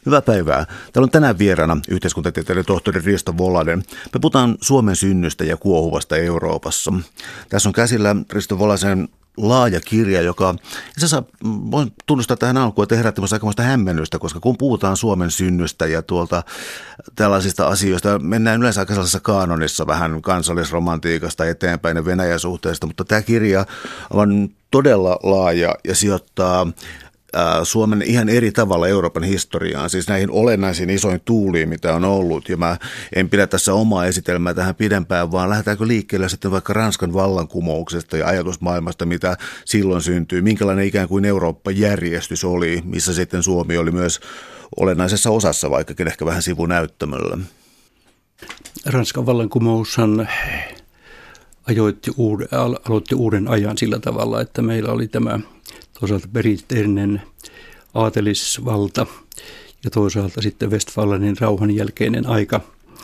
Hyvää päivää. Täällä on tänään vieraana yhteiskuntatieteiden tohtori Risto Volanen. Me puhutaan Suomen synnystä ja kuohuvasta Euroopassa. Tässä on käsillä Risto Volasen laaja kirja, joka itse asiassa voin tunnustaa tähän alkuun, että herätti myös aikamoista hämmennystä, koska kun puhutaan Suomen synnystä ja tällaisista asioista, mennään yleensä aika sellaisessa kaanonissa vähän kansallisromantiikasta eteenpäin ja Venäjän suhteesta, mutta tämä kirja on todella laaja ja sijoittaa Suomen ihan eri tavalla Euroopan historiaan, siis näihin olennaisiin isoin tuuliin, mitä on ollut. Ja mä en pidä tässä omaa esitelmää tähän pidempään, vaan lähdetäänkö liikkeelle sitten vaikka Ranskan vallankumouksesta ja ajatusmaailmasta, mitä silloin syntyi. Minkälainen ikään kuin Eurooppa-järjestys oli, missä sitten Suomi oli myös olennaisessa osassa, vaikkakin ehkä vähän sivunäyttämöllä. Ranskan vallankumoushan aloitti uuden ajan sillä tavalla, että meillä oli tämä toisaalta perinteinen aatelisvalta ja toisaalta sitten Westfalenin rauhan jälkeinen aika,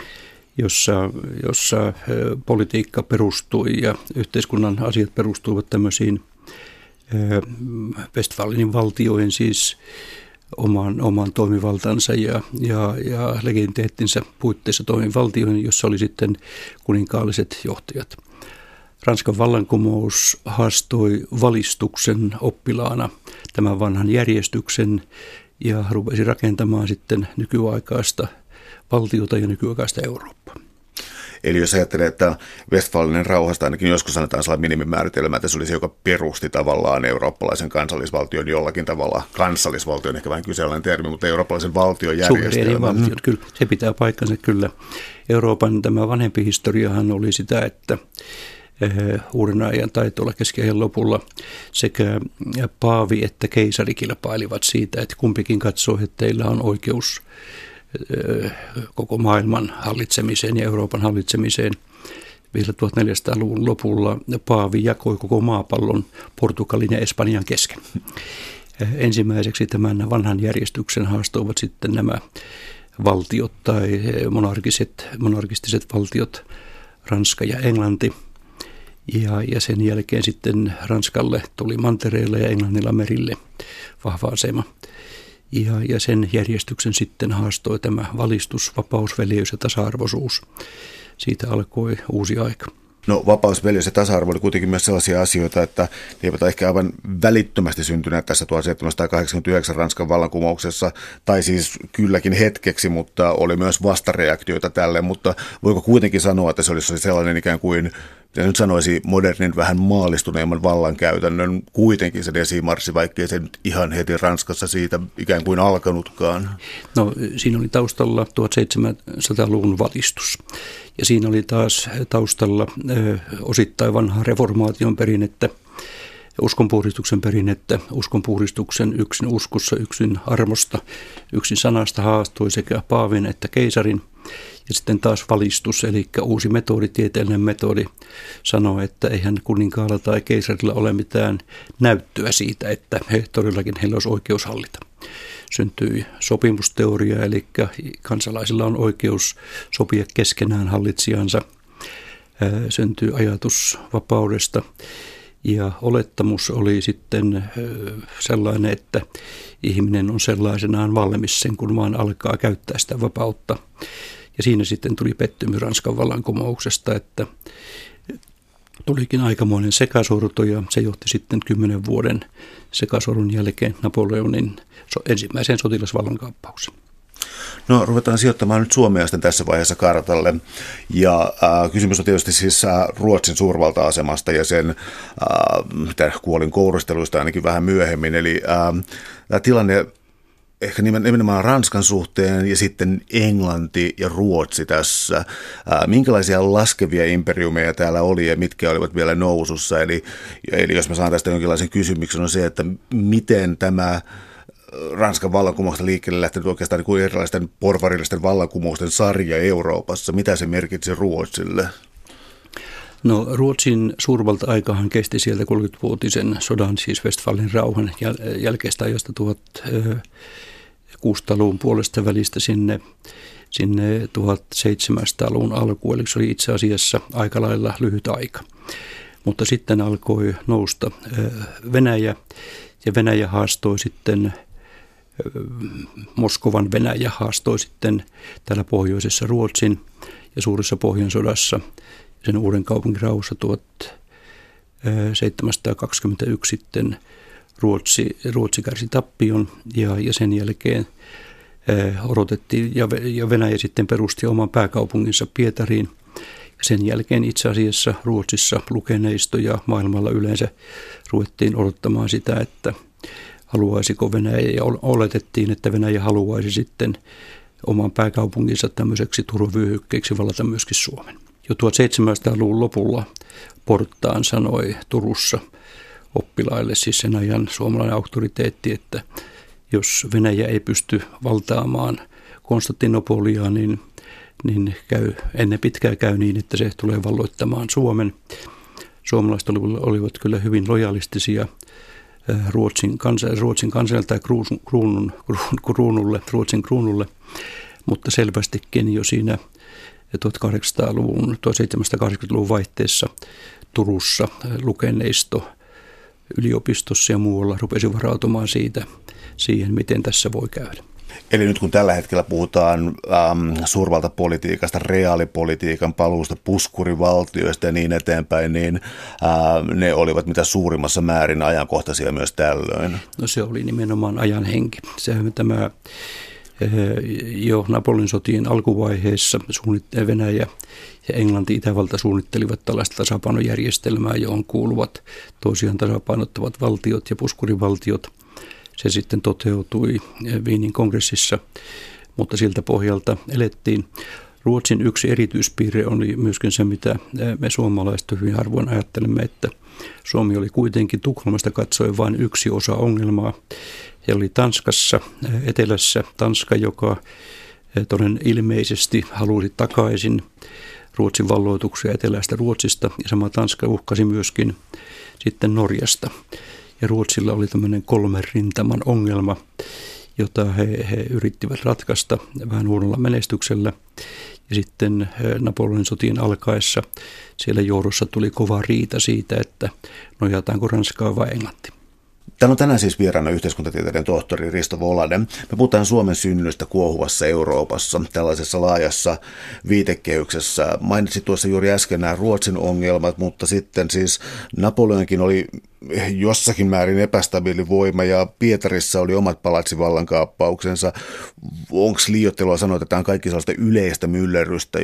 jossa politiikka perustui ja yhteiskunnan asiat perustuivat tämmöisiin Westfalenin valtioihin, siis oman toimivaltansa ja legitimiteettinsä puitteissa toimivaltioihin, jossa oli sitten kuninkaalliset johtajat. Ranskan vallankumous haastoi valistuksen oppilaana tämän vanhan järjestyksen ja rupesi rakentamaan sitten nykyaikaista valtiota ja nykyaikaista Eurooppaa. Eli jos ajattelee, että Westfalenin rauhasta ainakin joskus annetaan sellainen minimimääritelmä, että se oli se, joka perusti tavallaan eurooppalaisen kansallisvaltion jollakin tavalla, kansallisvaltion ehkä vähän kyseenalainen termi, mutta eurooppalaisen valtiojärjestelmän. Valtion, kyllä, se pitää paikkansa kyllä. Euroopan tämä vanhempi historiahan oli sitä, että uuden ajan taitoilla keskiajan lopulla sekä paavi että keisari kilpailivat siitä, että kumpikin katsoo, että teillä on oikeus koko maailman hallitsemiseen ja Euroopan hallitsemiseen. Vielä 1400-luvun lopulla paavi jakoi koko maapallon Portugalin ja Espanjan kesken. Ensimmäiseksi tämän vanhan järjestyksen haastoivat sitten nämä valtiot tai monarkistiset valtiot, Ranska ja Englanti. Ja sen jälkeen sitten Ranskalle tuli mantereilla ja Englannilla merille vahva asema. Ja sen järjestyksen sitten haastoi tämä valistus, vapaus, veljeys ja tasa-arvoisuus. Siitä alkoi uusi aika. No vapaus, veljeys ja tasa-arvo oli kuitenkin myös sellaisia asioita, että ne eivät ole ehkä aivan välittömästi syntyneet tässä 1789 Ranskan vallankumouksessa, tai siis kylläkin hetkeksi, mutta oli myös vastareaktioita tälle, mutta voiko kuitenkin sanoa, että se olisi sellainen ikään kuin, mitä nyt sanoisi, modernin vähän maalistuneemman vallankäytännön kuitenkin se desimarssi, vaikkei se nyt ihan heti Ranskassa siitä ikään kuin alkanutkaan? No siinä oli taustalla 1700-luvun valistus. Ja siinä oli taas taustalla osittain vanhaa reformaation perinnettä, uskonpuhdistuksen perinnettä, uskonpuhdistuksen yksin uskossa, yksin armosta, yksin sanasta haastoi sekä paavin että keisarin. Ja sitten taas valistus, eli uusi metodi, tieteellinen metodi, sanoo, että eihän kuninkaalla tai keisarilla ole mitään näyttöä siitä, että heillä olisi oikeus hallita. Syntyi sopimusteoria, eli kansalaisilla on oikeus sopia keskenään hallitsijansa. Syntyi ajatus vapaudesta ja olettamus oli sitten sellainen, että ihminen on sellaisenaan valmis sen, kun vaan alkaa käyttää sitä vapautta. Ja siinä sitten tuli pettymys Ranskan vallankumouksesta, että tulikin aikamoinen sekasorto ja se johti sitten 10 vuoden sekasorun jälkeen Napoleonin ensimmäiseen sotilasvallankaappaukseen. No ruvetaan sijoittamaan nyt Suomea sitten tässä vaiheessa kartalle ja kysymys on tietysti siis Ruotsin suurvalta-asemasta ja sen kuolin kourusteluista ainakin vähän myöhemmin, eli tämä tilanne ehkä nimenomaan Ranskan suhteen ja sitten Englanti ja Ruotsi tässä. Minkälaisia laskevia imperiumeja täällä oli ja mitkä olivat vielä nousussa? Eli jos mä saan tästä jonkinlaisen kysymyksen on se, että miten tämä Ranskan vallankumousta liikkeelle lähtenyt oikeastaan niin kuin erilaisten porvarillisten vallankumousten sarja Euroopassa. Mitä se merkitsi Ruotsille? No Ruotsin suurvalta-aikahan kesti sieltä 30-vuotisen sodan, siis Westfalenin rauhan jälkeistä ajasta 1600-luvun puolesta välistä sinne 1700-luvun alkuun, eli se oli itse asiassa aika lailla lyhyt aika. Mutta sitten alkoi nousta Venäjä, ja Venäjä haastoi sitten Moskovan Venäjä haastoi sitten täällä pohjoisessa Ruotsin ja suuressa Pohjansodassa. Sen uuden kaupungin rauhassa 1721 sitten Ruotsi kärsi tappion ja sen jälkeen odotettiin ja Venäjä sitten perusti oman pääkaupunginsa Pietariin. Sen jälkeen itse asiassa Ruotsissa lukeneisto ja maailmalla yleensä ruvettiin odottamaan sitä, että haluaisiko Venäjä, ja oletettiin, että Venäjä haluaisi sitten oman pääkaupunginsa tämmöiseksi turvavyöhykkeeksi vallata myöskin Suomen. Jo 1700-luvun lopulla Porttaan sanoi Turussa oppilaille, siis sen ajan suomalainen auktoriteetti, että jos Venäjä ei pysty valtaamaan Konstantinopoliaa, niin ennen pitkää käy niin, että se tulee valloittamaan Suomen. Suomalaiset olivat kyllä hyvin lojalistisia Ruotsin kansalle tai Ruotsin kruunulle, mutta selvästikin jo siinä 1780-luvun vaihteessa Turussa lukeneisto yliopistossa ja muualla rupesi varautumaan siihen, miten tässä voi käydä. Eli nyt kun tällä hetkellä puhutaan suurvaltapolitiikasta, reaalipolitiikan paluusta, puskurivaltioista ja niin eteenpäin, niin ne olivat mitä suurimmassa määrin ajankohtaisia myös tällöin. No se oli nimenomaan ajan henki. Sehän tämä jo Napoleonin sotien alkuvaiheessa Venäjä ja Englanti, Itävalta suunnittelivat tällaista tasapainojärjestelmää, johon kuuluvat toisiaan tasapainottavat valtiot ja puskurivaltiot. Se sitten toteutui Wienin kongressissa, mutta siltä pohjalta elettiin. Ruotsin yksi erityispiirre oli myöskin se, mitä me suomalaiset hyvin harvoin ajattelemme, että Suomi oli kuitenkin Tukholmasta katsoen vain yksi osa ongelmaa. Ja oli Tanskassa, etelässä Tanska, joka toden ilmeisesti halusi takaisin Ruotsin valloituksia eteläistä Ruotsista, ja sama Tanska uhkasi myöskin sitten Norjasta. Ja Ruotsilla oli tämmöinen 3 rintaman ongelma, jota he yrittivät ratkaista vähän huonolla menestyksellä. Ja sitten Napoleonin sotien alkaessa siellä johdossa tuli kova riita siitä, että nojataanko Ranskaa vai Englanti. Täällä on tänään siis vieraana yhteiskuntatieteiden tohtori Risto Volanen. Me puhutaan Suomen synnystä kuohuvassa Euroopassa, tällaisessa laajassa viitekehyksessä. Mainitsit tuossa juuri äsken nämä Ruotsin ongelmat, mutta sitten siis Napoleonkin oli jossakin määrin epästabiili voima ja Pietarissa oli omat palatsivallankaappauksensa. Onko liioittelua sanoa, että tämä on kaikki sellaista yleistä myllerrystä,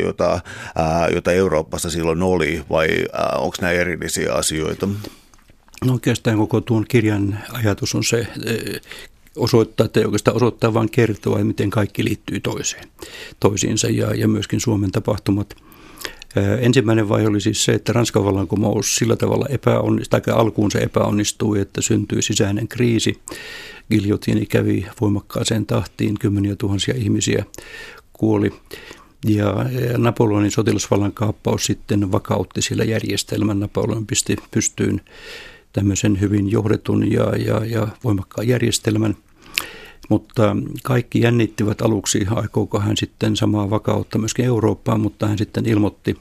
jota Euroopassa silloin oli, vai onko nämä erillisiä asioita? No oikeastaan koko tuon kirjan ajatus on se osoittaa, että ei oikeastaan osoittaa, vaan kertoa, miten kaikki liittyy toisiinsa ja myöskin Suomen tapahtumat. Ensimmäinen vaihe oli siis se, että Ranskan vallankumous sillä tavalla alkuun se epäonnistui, että syntyi sisäinen kriisi. Giljotiini kävi voimakkaaseen tahtiin, 10 000 ihmisiä kuoli. Ja Napoleonin sotilasvallankaappaus sitten vakautti sillä järjestelmän. Napoleon pisti pystyyn tämmöisen hyvin johdetun ja voimakkaan järjestelmän. Mutta kaikki jännittivät aluksi, aikooko hän sitten samaa vakautta myöskin Eurooppaan, mutta hän sitten ilmoitti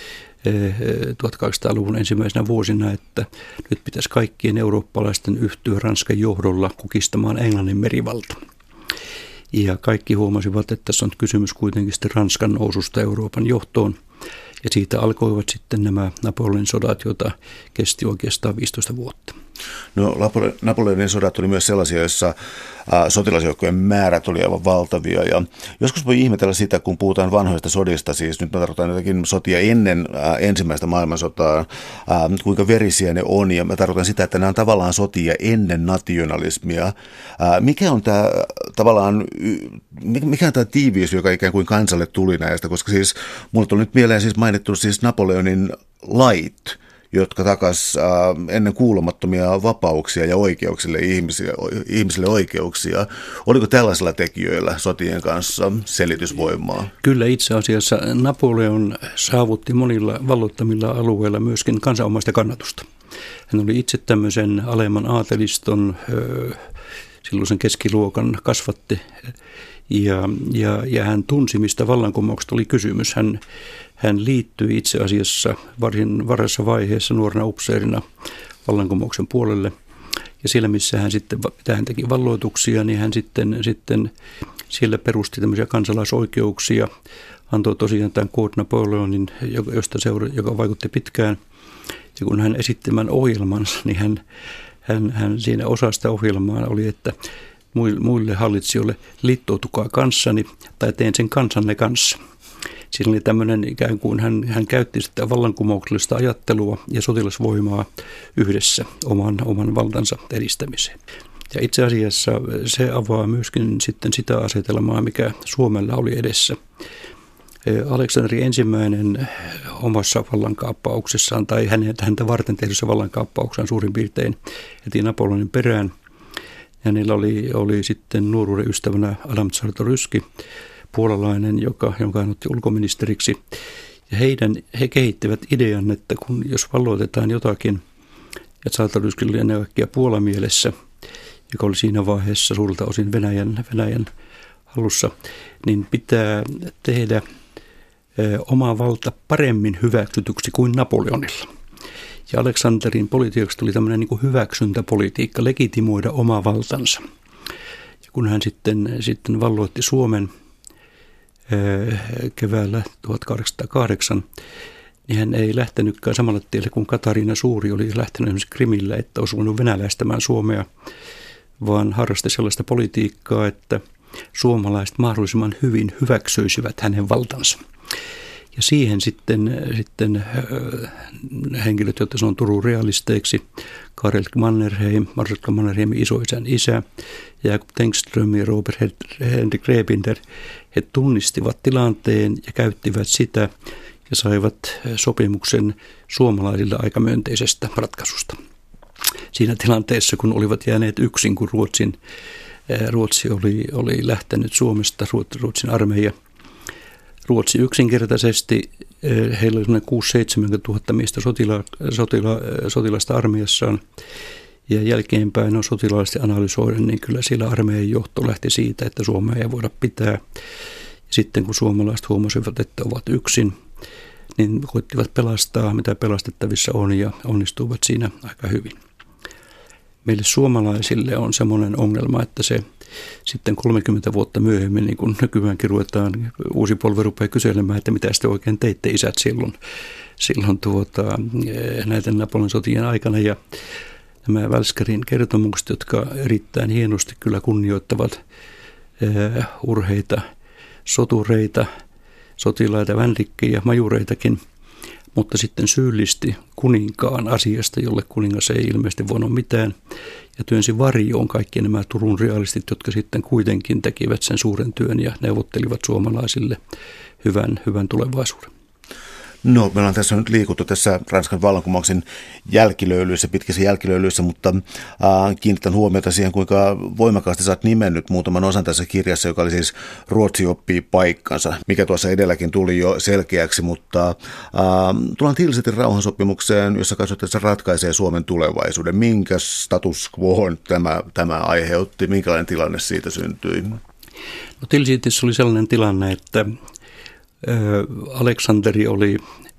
1800-luvun ensimmäisenä vuosina, että nyt pitäisi kaikkien eurooppalaisten yhtyä Ranskan johdolla kukistamaan Englannin merivalta. Ja kaikki huomasivat, että tässä on kysymys kuitenkin sitten Ranskan noususta Euroopan johtoon. Ja siitä alkoivat sitten nämä Napoleonin sodat, joita kesti oikeastaan 15 vuotta. No, Napoleonin sodat oli myös sellaisia, joissa sotilasjoukkojen määrät oli aivan valtavia. Ja joskus voi ihmetellä sitä, kun puhutaan vanhoista sodista, siis nyt mä tarkoitan jotakin sotia ennen ensimmäistä maailmansotaa, kuinka verisiä ne on. Ja mä tarkoitan sitä, että nämä on tavallaan sotia ennen nationalismia. Mikä on tämä tavallaan, mikä on tämä tiiviys, joka ikään kuin kansalle tuli näistä? Koska siis mulle tuli nyt mieleen siis mainittu siis Napoleonin lait, jotka takas ennen kuulumattomia vapauksia ja oikeuksille ihmisille oikeuksia. Oliko tällaisilla tekijöillä sotien kanssa selitysvoimaa? Kyllä itse asiassa Napoleon saavutti monilla valloittamilla alueilla myöskin kansanomaista kannatusta. Hän oli itse tämmöisen alemman aateliston, silloisen keskiluokan kasvatti ja hän tunsi, mistä vallankumouksesta oli kysymys. Hän liittyi itse asiassa varsin varhaisessa vaiheessa nuorena upseerina vallankumouksen puolelle Ja siellä, missä hän teki valloituksia, niin hän sitten siellä perusti tämmöisiä kansalaisoikeuksia, antoi tosiaan tämän Code Napoleonin, joka vaikutti pitkään. Ja kun hän esitti tämän ohjelmansa, niin hän siinä osa sitä ohjelmaa oli, että muille hallitsijoille liittoutukaa kanssani tai teen sen kansanne kanssa. Siinä oli tämmöinen ikään kuin hän käytti sitä vallankumouksellista ajattelua ja sotilasvoimaa yhdessä oman valtansa edistämiseen. Ja itse asiassa se avaa myöskin sitten sitä asetelmaa, mikä Suomella oli edessä. Aleksanteri ensimmäinen omassa vallankaappauksessaan tai häntä varten tehdyssä vallankaappauksessaan suurin piirtein heti Napoleonin perään. Hänellä oli sitten nuoruuden ystävänä Adam Czartoryski, puolalainen, jonka hän otti ulkoministeriksi. Ja he kehittivät idean, että jos valloitetaan jotakin, ja Czartoryski oli ennen kaikkea Puola mielessä, joka oli siinä vaiheessa suurelta osin Venäjän hallussa, niin pitää tehdä oma valta paremmin hyväksytyksi kuin Napoleonilla. Ja Aleksanterin politiikaksi tuli tämmöinen niin kuin hyväksyntäpolitiikka, legitimoida oma valtansa. Ja kun hän sitten valloitti Suomen keväällä 1808, niin hän ei lähtenytkään samalle tielle kuin Katariina Suuri oli lähtenyt esimerkiksi Krimillä, että olisi voinut venäläistämään Suomea, vaan harrasti sellaista politiikkaa, että suomalaiset mahdollisimman hyvin hyväksyisivät hänen valtansa. Ja siihen sitten henkilöt, jotka sanon Turun realisteiksi, Karel Mannerheim, Marsalkka Mannerheimin isoisän isä, Jakob Tengström ja Robert Henrik Rebinder, he tunnistivat tilanteen ja käyttivät sitä ja saivat sopimuksen suomalaisille aika myönteisestä ratkaisusta. Siinä tilanteessa, kun olivat jääneet yksin, kun Ruotsi oli lähtenyt Suomesta, Ruotsin armeija. Ruotsi yksinkertaisesti, heillä oli 6-70 000 miestä sotilasta armeijassaan. Ja jälkeenpäin on sotilaallisesti analysoiden, niin kyllä siellä armeijan johto lähti siitä, että Suomea ei voida pitää. Ja sitten kun suomalaiset huomasivat, että ovat yksin, niin koittivat pelastaa, mitä pelastettavissa on, ja onnistuivat siinä aika hyvin. Meille suomalaisille on semmoinen ongelma, että se sitten 30 vuotta myöhemmin, niin kun nykyäänkin ruvetaan, uusi polvi rupeaa kyselemään, että mitä te oikein teitte isät silloin näiden Napoleonin sotien aikana. Ja nämä Välskärin kertomukset, jotka erittäin hienosti kyllä kunnioittavat urheita sotureita, sotilaita, vänlikkiä, majureitakin, mutta sitten syyllisti kuninkaan asiasta, jolle kuningas ei ilmeisesti voinut mitään, ja työnsi varjoon kaikki nämä Turun realistit, jotka sitten kuitenkin tekivät sen suuren työn ja neuvottelivat suomalaisille hyvän tulevaisuuden. No, me ollaan tässä nyt liikuttu tässä Ranskan vallankumouksen pitkissä jälkilöylyissä, mutta kiinnitän huomiota siihen, kuinka voimakkaasti sä oot nimennyt muutaman osan tässä kirjassa, joka oli siis Ruotsi oppii paikkansa, mikä tuossa edelläkin tuli jo selkeäksi, mutta tullaan Tilsitin rauhansopimukseen, jossa katsotaan, että se ratkaisee Suomen tulevaisuuden. Minkä status quo tämä aiheutti, minkälainen tilanne siitä syntyi? No, Tilsitissä oli sellainen tilanne, että Aleksanteri oli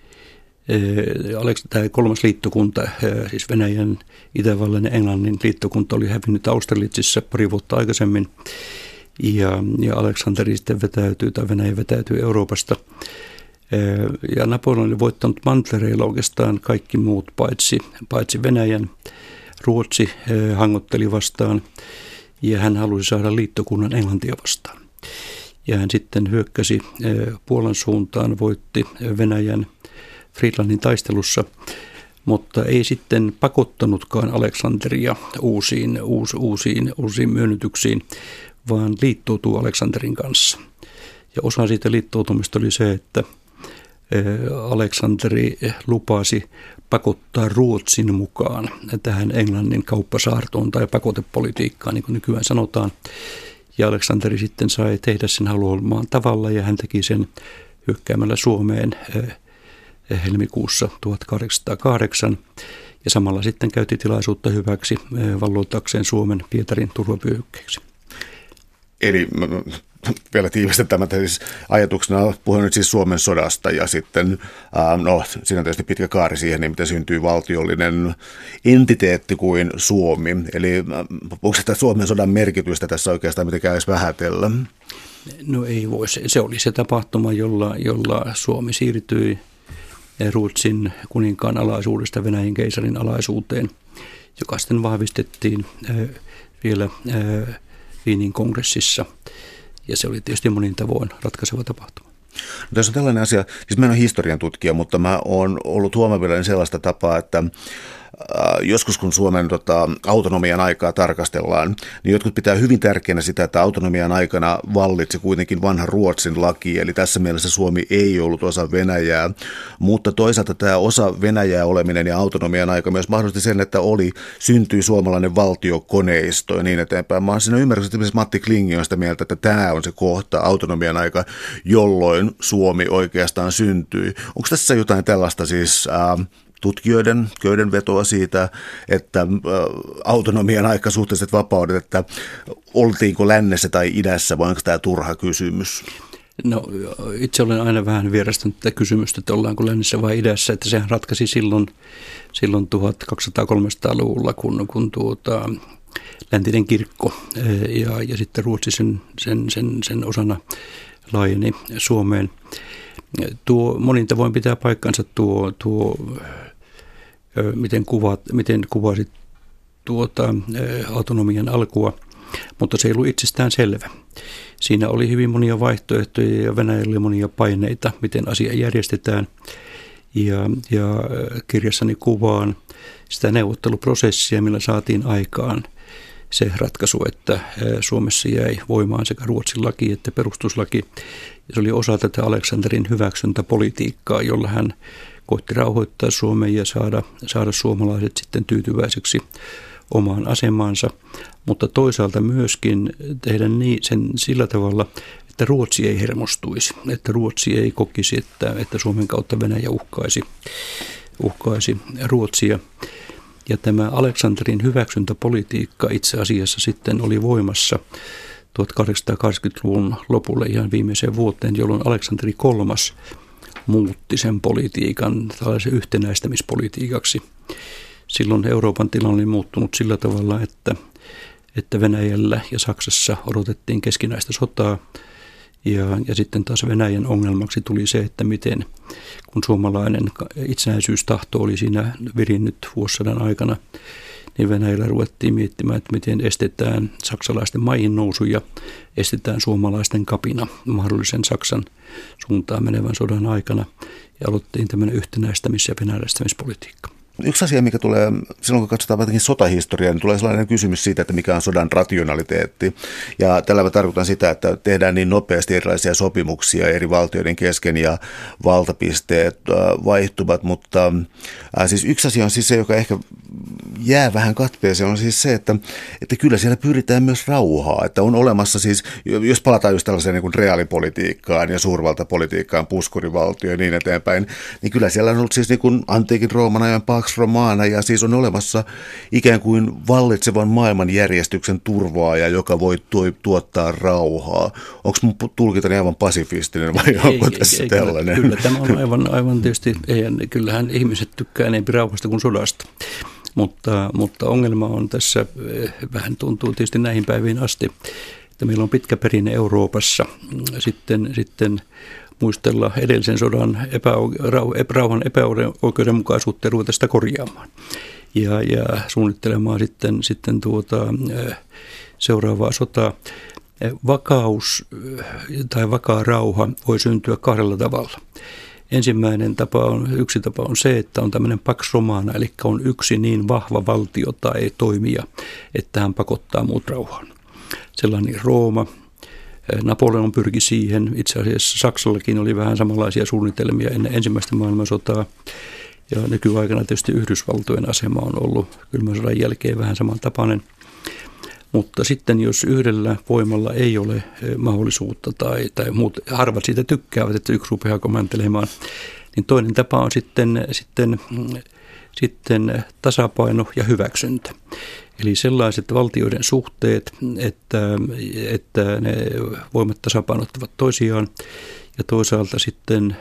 tämä kolmas liittokunta, siis Venäjän, Itävallan ja Englannin liittokunta oli hävinnyt Austerlitzissa pari vuotta aikaisemmin, ja Aleksanteri sitten Venäjä vetäytyi Euroopasta. Ja Napoleon oli voittanut mantlereilla oikeastaan kaikki muut paitsi Venäjän. Ruotsi hangotteli vastaan, ja hän halusi saada liittokunnan Englantia vastaan. Ja hän sitten hyökkäsi Puolan suuntaan, voitti Venäjän Friedlandin taistelussa, mutta ei sitten pakottanutkaan Aleksanteria uusiin myönnytyksiin, vaan liittoutui Aleksanterin kanssa. Ja osa siitä liittoutumista oli se, että Aleksanteri lupasi pakottaa Ruotsin mukaan tähän Englannin kauppasaartoon tai pakotepolitiikkaan, niin kuin nykyään sanotaan. Ja Aleksanteri sitten sai tehdä sen haluamaan tavalla, ja hän teki sen hyökkäämällä Suomeen helmikuussa 1808. Ja samalla sitten käytti tilaisuutta hyväksi valloittaakseen Suomen Pietarin turvavyöhykkeeksi. Eli vielä tiivistetään, siis ajatuksena puhun nyt siis Suomen sodasta ja sitten, siinä on tietysti pitkä kaari siihen, niin miten syntyy valtiollinen entiteetti kuin Suomi. Eli onko sitä Suomen sodan merkitystä tässä oikeastaan mitenkään edes vähätellä? No ei voi. Se oli se tapahtuma, jolla Suomi siirtyi Ruotsin kuninkaan alaisuudesta Venäjän keisarin alaisuuteen, joka sitten vahvistettiin vielä Wienin kongressissa. Ja se oli tietysti monin tavoin ratkaiseva tapahtuma. No, tässä on tällainen asia, siis mä en ole historian tutkija, mutta mä oon ollut huomaavillaan sellaista tapaa, että joskus kun Suomen autonomian aikaa tarkastellaan, niin jotkut pitää hyvin tärkeänä sitä, että autonomian aikana vallitsi kuitenkin vanha Ruotsin laki, eli tässä mielessä Suomi ei ollut osa Venäjää, mutta toisaalta tämä osa Venäjää oleminen ja autonomian aika myös mahdollisti sen, että syntyi suomalainen valtiokoneisto ja niin eteenpäin. Mä oon siinä ymmärryksessä, että Matti Klingi on sitä mieltä, että tämä on se kohta, autonomian aika, jolloin Suomi oikeastaan syntyi. Onko tässä jotain tällaista siis tutkijoiden köydenvetoa siitä, että autonomian aika, suhteelliset vapaudet, että oltiinko lännessä tai idässä, vai onko tämä turha kysymys? No itse olen aina vähän vierastanut tätä kysymystä, että ollaanko lännessä vai idässä, että sehän ratkaisi silloin 1200-300-luvulla, kun läntinen kirkko ja sitten Ruotsi sen osana laajeni Suomeen. Monin tavoin pitää paikkansa miten kuvasit autonomian alkua, mutta se ei ollut itsestään selvä. Siinä oli hyvin monia vaihtoehtoja ja Venäjällä oli monia paineita, miten asia järjestetään. Ja kirjassani kuvaan sitä neuvotteluprosessia, millä saatiin aikaan se ratkaisu, että Suomessa jäi voimaan sekä Ruotsin laki että perustuslaki. Ja se oli osa tätä Aleksanterin hyväksyntäpolitiikkaa, jolla hän koitti rauhoittaa Suomen ja saada suomalaiset sitten tyytyväiseksi omaan asemaansa, mutta toisaalta myöskin tehdä sen sillä tavalla, että Ruotsi ei hermostuisi, että Ruotsi ei kokisi, että Suomen kautta Venäjä uhkaisi Ruotsia. Ja tämä Aleksanterin hyväksyntäpolitiikka itse asiassa sitten oli voimassa 1880-luvun lopulle ihan viimeiseen vuoteen, jolloin Aleksanteri III muutti sen politiikan tällaisen yhtenäistämispolitiikaksi. Silloin Euroopan tilanne oli muuttunut sillä tavalla, että Venäjällä ja Saksassa odotettiin keskinäistä sotaa. Ja sitten taas Venäjän ongelmaksi tuli se, että miten kun suomalainen itsenäisyystahto oli siinä virinnyt vuosisadan aikana, niin Venäjällä ruvettiin miettimään, että miten estetään saksalaisten maihin nousu ja estetään suomalaisten kapina mahdollisen Saksan suuntaan menevän sodan aikana. Ja aloittiin tämmöinen yhtenäistämis- ja venäläistämispolitiikka. Yksi asia, mikä tulee, silloin kun katsotaan jotenkin sotahistoriaa, niin tulee sellainen kysymys siitä, että mikä on sodan rationaliteetti. Ja tällä mä tarkoitan sitä, että tehdään niin nopeasti erilaisia sopimuksia eri valtioiden kesken ja valtapisteet vaihtuvat, mutta siis yksi asia on siis se, joka ehkä jää vähän katveeseen, on siis se, että kyllä siellä pyritään myös rauhaa, että on olemassa siis, jos palataan just tällaiseen niin kuin reaalipolitiikkaan ja suurvaltapolitiikkaan, puskurivaltio ja niin eteenpäin, niin kyllä siellä on ollut siis niin kuin antiikin Rooman ajan Pax Romana ja siis on olemassa ikään kuin vallitsevan maailmanjärjestyksen turvaaja, joka voi tuottaa rauhaa. Onko mun tulkintani aivan pasifistinen vai onko tässä tällainen? Kyllä tämä on aivan tietysti, kyllähän ihmiset tykkää enemmän rauhasta kuin sodasta. Mutta ongelma on tässä, vähän tuntuu tietysti näihin päiviin asti, että meillä on pitkä perinne Euroopassa sitten muistella edellisen sodan rauhan epäoikeudenmukaisuutta ja ruveta sitä korjaamaan. Ja suunnittelemaan sitten seuraavaa sotaa. Vakaus tai vakaa rauha voi syntyä kahdella tavalla. Yksi tapa on se, että on tämmöinen Pax Romana, eli on yksi niin vahva valtio tai toimija, että hän pakottaa muut rauhaan. Sellainen Rooma, Napoleon pyrki siihen, itse asiassa Saksallakin oli vähän samanlaisia suunnitelmia ennen ensimmäistä maailmansotaa. Ja nykyaikana tietysti Yhdysvaltojen asema on ollut kylmän sodan jälkeen vähän samantapainen. Mutta sitten jos yhdellä voimalla ei ole mahdollisuutta tai muut harvat siitä tykkäävät, että yksi rupeaa komantelemaan, niin toinen tapa on sitten sitten tasapaino ja hyväksyntä. Eli sellaiset valtioiden suhteet, että ne voimat tasapainottavat toisiaan ja toisaalta sitten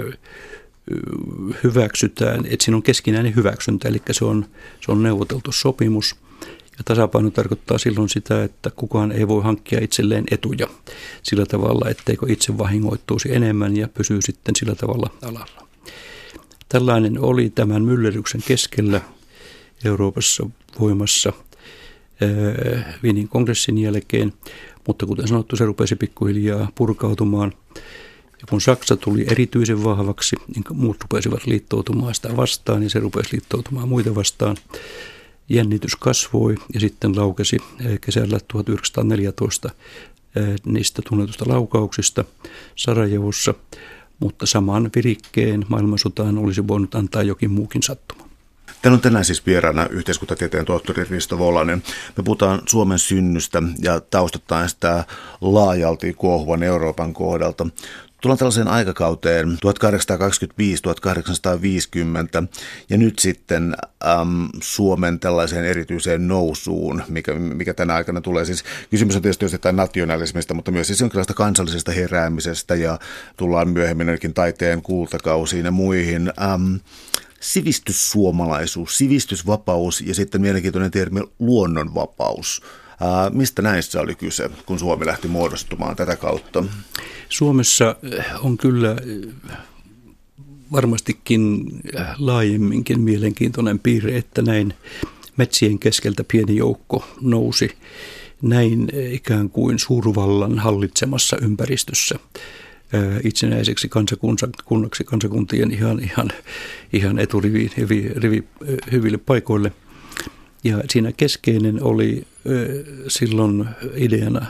hyväksytään, että siinä on keskinäinen hyväksyntä, eli se on neuvoteltu sopimus. Ja tasapaino tarkoittaa silloin sitä, että kukaan ei voi hankkia itselleen etuja sillä tavalla, etteikö itse vahingoittuisi enemmän ja pysyy sitten sillä tavalla alalla. Tällainen oli tämän myllerryksen keskellä Euroopassa voimassa Wienin kongressin jälkeen, mutta kuten sanottu, se rupesi pikkuhiljaa purkautumaan. Ja kun Saksa tuli erityisen vahvaksi, niin muut rupesivat liittoutumaan sitä vastaan ja se rupesi liittoutumaan muita vastaan. Jännitys kasvoi ja sitten laukesi kesällä 1914 niistä tunnetusta laukauksista Sarajevossa, mutta saman virikkeen maailmansotaan olisi voinut antaa jokin muukin sattuma. Täällä on tänään siis vieraana yhteiskuntatieteen tohtori Risto Volanen. Me puhutaan Suomen synnystä ja taustataan sitä laajalti kuohuvan Euroopan kohdalta. Tullaan tällaiseen aikakauteen 1825-1850 ja nyt sitten Suomen tällaiseen erityiseen nousuun, mikä tänä aikana tulee. Siis kysymys on tietysti jostain nationalismista, mutta myös siis jonkinlaista kansallisesta heräämisestä ja tullaan myöhemmin ainakin taiteen kultakausiin ja muihin. Sivistyssuomalaisuus, sivistysvapaus ja sitten mielenkiintoinen termi luonnonvapaus. Mistä näissä oli kyse, kun Suomi lähti muodostumaan tätä kautta? Suomessa on kyllä varmastikin laajemminkin mielenkiintoinen piirre, että näin metsien keskeltä pieni joukko nousi näin ikään kuin suurvallan hallitsemassa ympäristössä itsenäiseksi kansakunnaksi, kansakuntien ihan eturiviin hyville paikoille. Ja siinä keskeinen oli silloin ideana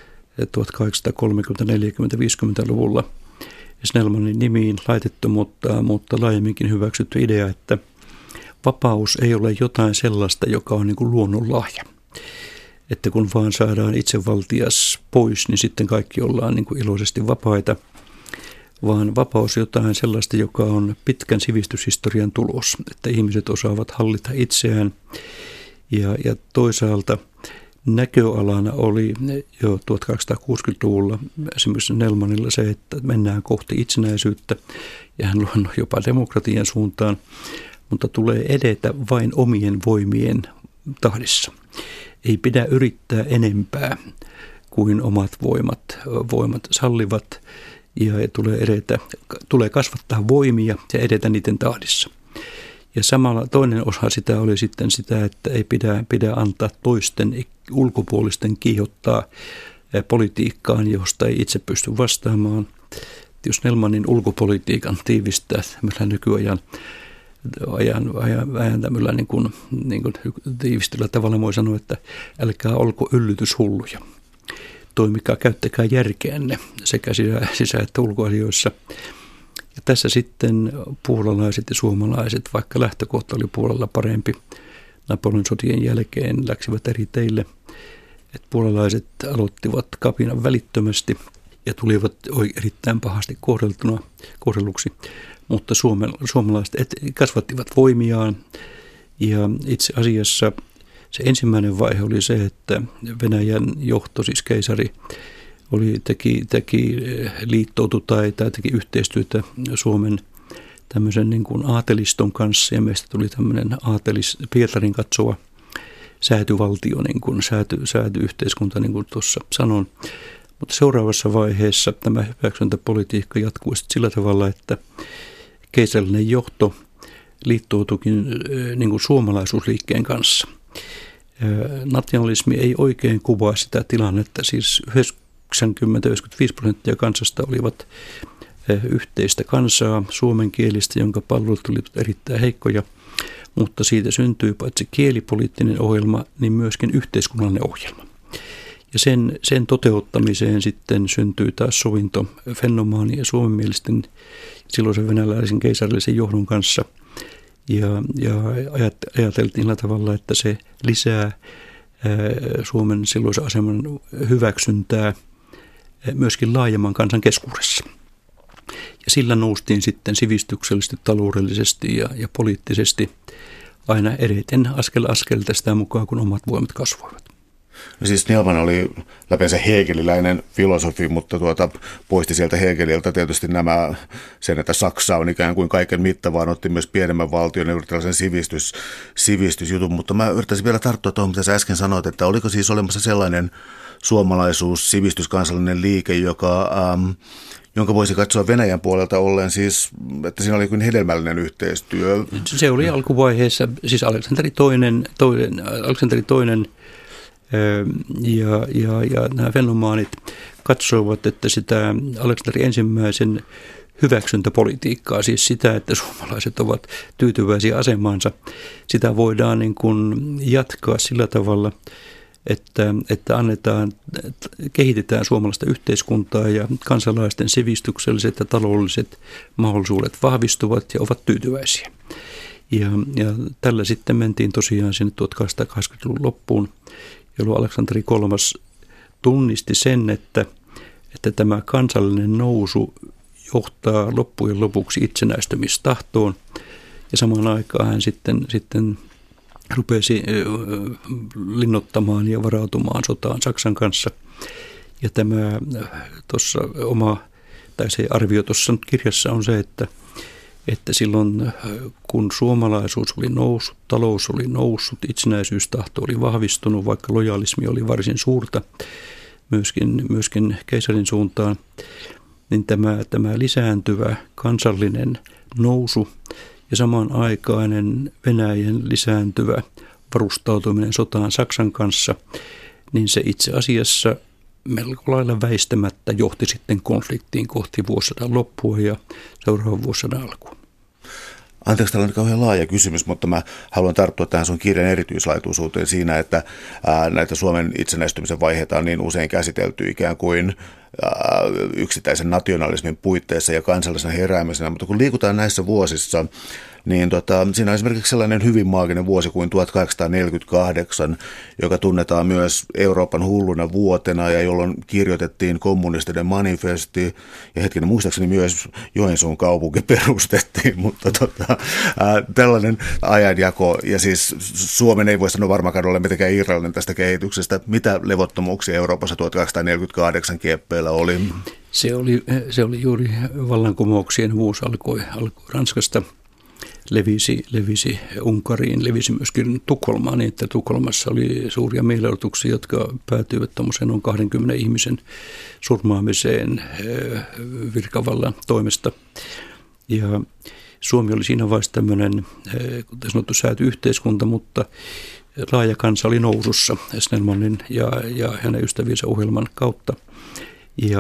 1830-, 40-, 50-luvulla Snellmanin nimiin laitettu, mutta laajemminkin hyväksytty idea, että vapaus ei ole jotain sellaista, joka on niin kuin luonnonlahja. Että kun vaan saadaan itsevaltias pois, niin sitten kaikki ollaan niin kuin iloisesti vapaita, vaan vapaus jotain sellaista, joka on pitkän sivistyshistorian tulos, että ihmiset osaavat hallita itseään. Ja toisaalta näköalana oli jo 1860-luvulla esimerkiksi Snellmanilla se, että mennään kohti itsenäisyyttä ja hän luonnoi jopa demokratian suuntaan, mutta tulee edetä vain omien voimien tahdissa. Ei pidä yrittää enempää kuin omat voimat sallivat ja tulee kasvattaa voimia ja edetä niiden tahdissa. Ja samalla toinen osa sitä oli sitten sitä, että ei pidä antaa toisten ulkopuolisten kiihottaa politiikkaan, josta ei itse pysty vastaamaan. Jos Snellmanin ulkopolitiikan tiivistää tämmöisellä nykyajan tämmöisellä niin kuin tiivistyllä tavalla voi sanoa, että älkää olko yllytyshulluja. Toimikaa, käyttäkää järkeänne sekä sisä- että ulkoasioissa. Ja tässä sitten puolalaiset ja suomalaiset, vaikka lähtökohta oli Puolalla parempi, Napoleon sotien jälkeen läksivät eri teille. Että puolalaiset aloittivat kapinan välittömästi ja tulivat erittäin pahasti kohdelluksi, mutta suomalaiset kasvattivat voimiaan. Ja itse asiassa se ensimmäinen vaihe oli se, että Venäjän johto, siis keisari, teki liittoutui tai teki yhteistyötä Suomen tämmöisen niin kuin aateliston kanssa ja meistä tuli tämmöinen Pietarin katsova säätyvaltio, niin kuin säätyyhteiskunta, niin kuin tuossa sanon. Mutta seuraavassa vaiheessa tämä hyväksyntäpolitiikka jatkuu sillä tavalla, että keisarillinen johto liittoutuikin niin kuin suomalaisuusliikkeen kanssa. Nationalismi ei oikein kuvaa sitä tilannetta, siis 90-95% kansasta olivat yhteistä kansaa, suomenkielistä, jonka palvelut olivat erittäin heikkoja, mutta siitä syntyi paitsi kielipoliittinen ohjelma, niin myöskin yhteiskunnallinen ohjelma. Ja sen toteuttamiseen sitten syntyi taas sovinto Fennomanin ja suomenmielisten silloisen venäläisen keisarillisen johdon kanssa. Ja ajateltiin sillä tavalla, että se lisää Suomen silloisen aseman hyväksyntää myöskin laajemman kansan keskuudessa. Ja sillä noustiin sitten sivistyksellisesti, taloudellisesti ja poliittisesti aina edeten askel askelta sitä mukaan, kun omat voimat kasvoivat. No siis Snellman oli läpeensä hegeliläinen filosofi, mutta poisti sieltä Hegeliltä tietysti sen, että Saksa on ikään kuin kaiken mitta, vaan otti myös pienemmän valtion ja tällaisen sivistysjutun. Mutta mä yrittäisin vielä tarttua tuohon, mitä sä äsken sanoit, että oliko siis olemassa sellainen suomalaisuus, sivistyskansallinen liike, jonka voisi katsoa Venäjän puolelta ollen siis, että siinä oli kuin hedelmällinen yhteistyö. Se oli alkuvaiheessa, siis Aleksanteri II ja nämä fenomaanit katsoivat, että sitä Aleksanteri ensimmäisen hyväksyntäpolitiikkaa, siis sitä, että suomalaiset ovat tyytyväisiä asemaansa, sitä voidaan niin kuin jatkaa sillä tavalla, että kehitetään suomalaista yhteiskuntaa ja kansalaisten sivistykselliset ja taloudelliset mahdollisuudet vahvistuvat ja ovat tyytyväisiä. Ja tällä sitten mentiin tosiaan sinne 1880-luvun loppuun, jolloin Aleksanteri III tunnisti sen, että tämä kansallinen nousu johtaa loppujen lopuksi itsenäistymistahtoon. Ja samaan aikaan hän sitten rupesi linnoittamaan ja varautumaan sotaan Saksan kanssa. Ja tämä tuossa se arvio tuossa kirjassa on se, että silloin kun suomalaisuus oli noussut, talous oli noussut, itsenäisyystahto oli vahvistunut, vaikka lojalismi oli varsin suurta myöskin keisarin suuntaan, niin tämä lisääntyvä kansallinen nousu ja samanaikainen Venäjän lisääntyvä varustautuminen sotaan Saksan kanssa, niin se itse asiassa melko lailla väistämättä johti sitten konfliktiin kohti vuosisadan loppua ja seuraavan vuosisadan alkuun. Anteeksi, tällainen kauhean laaja kysymys, mutta mä haluan tarttua tähän sun kirjan erityislaituisuuteen siinä, että näitä Suomen itsenäistymisen vaiheita on niin usein käsitelty ikään kuin yksittäisen nationalismin puitteissa ja kansallisena heräämisenä, mutta kun liikutaan näissä vuosissa, niin siinä on esimerkiksi sellainen hyvin maaginen vuosi kuin 1848, joka tunnetaan myös Euroopan hulluna vuotena ja jolloin kirjoitettiin kommunistinen manifesti ja hetkinen muistaakseni myös Joensuun kaupunki perustettiin, mutta tällainen ajanjako ja siis Suomen ei voi sanoa varmaankaan ole mitenkään irrallinen tästä kehityksestä. Mitä levottomuuksia Euroopassa 1848 kieppeillä oli? Se oli juuri vallankumouksien vuosi alkoi Ranskasta. Levisi Unkariin, levisi myöskin Tukholmaan, niin että Tukholmassa oli suuria mielenosoituksia, jotka päätyivät tuommoisen noin 20 ihmisen surmaamiseen virkavallan toimesta. Ja Suomi oli siinä vaiheessa tämmöinen, kuten sanottu, sääty-yhteiskunta, mutta laaja kansa oli nousussa Snellmanin ja hänen ystäviensä ohjelman kautta. Ja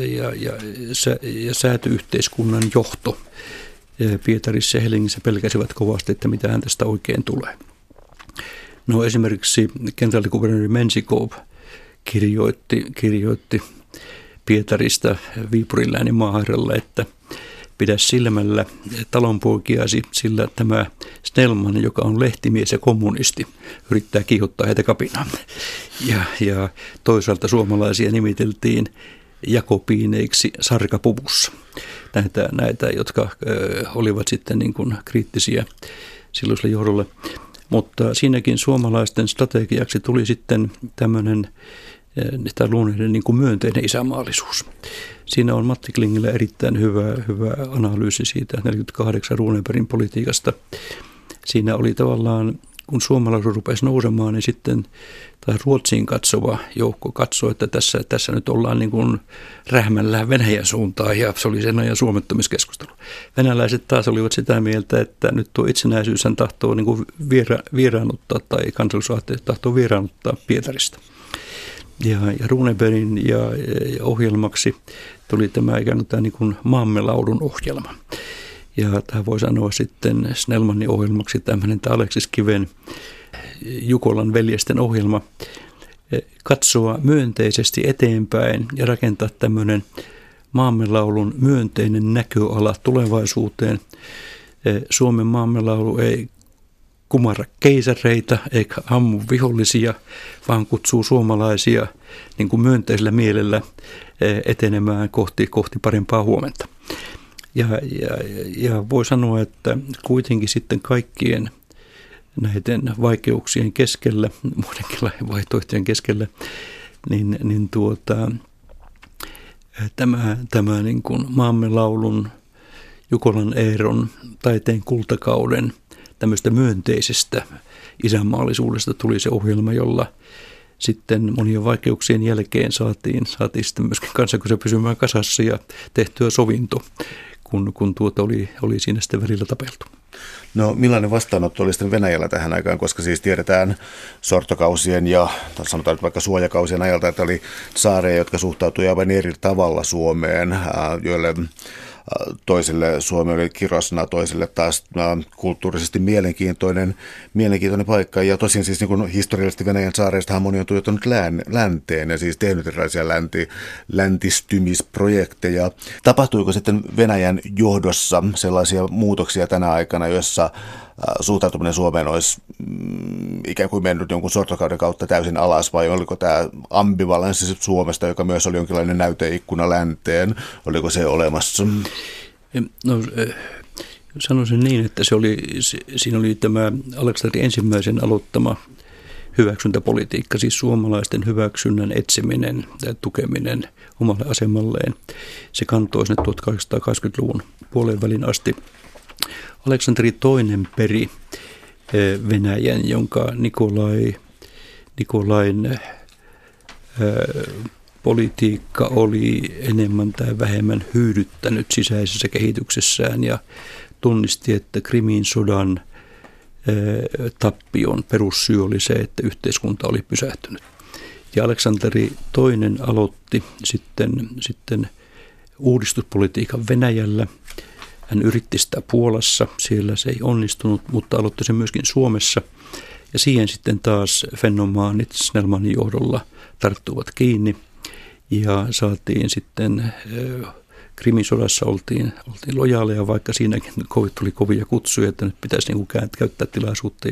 sääty-yhteiskunnan johto Pietarissa ja Helsingissä pelkäsivät kovasti, että mitähän tästä oikein tulee. No esimerkiksi kenraalikuvernööri Mensikov kirjoitti Pietarista Viipurin läänin maaherralle, että pidä silmällä talonpoikiasi, sillä tämä Snellman, joka on lehtimies ja kommunisti, yrittää kiihottaa heitä kapinaan. Ja toisaalta suomalaisia nimiteltiin jakopiineiksi sarkapuvussa. Näitä, jotka olivat sitten niin kuin kriittisiä silloiselle johdolle. Mutta siinäkin suomalaisten strategiaksi tuli sitten tämmöinen luonnollinen niin kuin myönteinen isänmaallisuus. Siinä on Matti Klingillä erittäin hyvä analyysi siitä 48 Runebergin politiikasta. Siinä oli tavallaan, kun suomalaisuus rupesi nousemaan, niin sitten Ruotsiin katsova joukko katsoi, että tässä nyt ollaan niin kuin rähmällään Venäjän suuntaan, ja se oli sen ajan suomettumiskeskustelu. Venäläiset taas olivat sitä mieltä, että nyt tuo itsenäisyyshän tahtoo niin kuin vieraannuttaa, tai kansallisuus tahtoo vieraannuttaa Pietarista. Ja Runebergin ja ohjelmaksi tuli tämä ikään kuin tämä niin kuin maamme laulun ohjelma. Ja tämä voi sanoa sitten Snellmanin ohjelmaksi tämmöinen Aleksis Kiven Jukolan veljesten ohjelma, katsoa myönteisesti eteenpäin ja rakentaa tämmöinen maamelaulun myönteinen näköala tulevaisuuteen. Suomen maamelaulu ei kumarra keisareita eikä ammu vihollisia, vaan kutsuu suomalaisia niin kuin myönteisellä mielellä etenemään kohti parempaa huomenta. Ja voi sanoa, että kuitenkin sitten kaikkien näiden vaikeuksien keskellä, muidenkin vaihtoehtojen keskellä, tämä niin kuin Maamme laulun, Jukolan Eeron, taiteen kultakauden tämmöistä myönteisestä isänmaallisuudesta tuli se ohjelma, jolla sitten monien vaikeuksien jälkeen saatiin sitten myöskin kansakunta pysymään kasassa ja tehtyä sovinto, kun oli siinä sitten välillä tapeltu. No millainen vastaanotto oli sitten Venäjällä tähän aikaan, koska siis tiedetään sortokausien ja sanotaan nyt vaikka suojakausien ajalta, että oli saareja, jotka suhtautuivat aivan eri tavalla Suomeen, joille toisille Suomi oli kirosana, toisille taas kulttuurisesti mielenkiintoinen paikka. Ja tosiaan siis niin historiallisesti Venäjän saareistahan moni on tuijottanut länteen ja siis tehnyt erilaisia läntistymisprojekteja. Tapahtuiko sitten Venäjän johdossa sellaisia muutoksia tänä aikana, joissa suhtautuminen Suomeen olisi ikään kuin mennyt jonkun sortokauden kautta täysin alas, vai oliko tämä ambivalenssi Suomesta, joka myös oli jonkinlainen näyteikkuna länteen, oliko se olemassa? No, sanoisin niin, että siinä oli tämä Aleksanteri ensimmäisen aloittama hyväksyntäpolitiikka, siis suomalaisten hyväksynnän etsiminen ja tukeminen omalle asemalleen. Se kantoi sinne 1880-luvun puolen välin asti. Aleksanteri II peri Venäjän, jonka Nikolain politiikka oli enemmän tai vähemmän hyydyttänyt sisäisessä kehityksessään ja tunnisti, että Krimin sodan tappion perussyy oli se, että yhteiskunta oli pysähtynyt. Ja Aleksanteri II aloitti sitten uudistuspolitiikan Venäjällä. Hän yritti sitä Puolassa, siellä se ei onnistunut, mutta aloitti sen myöskin Suomessa. Ja siihen sitten taas fenomaanit Snellmanin johdolla tarttuvat kiinni ja saatiin sitten, Krimin sodassa oltiin lojaaleja, vaikka siinäkin tuli kovia kutsuja, että nyt pitäisi niin kuin käyttää tilaisuutta.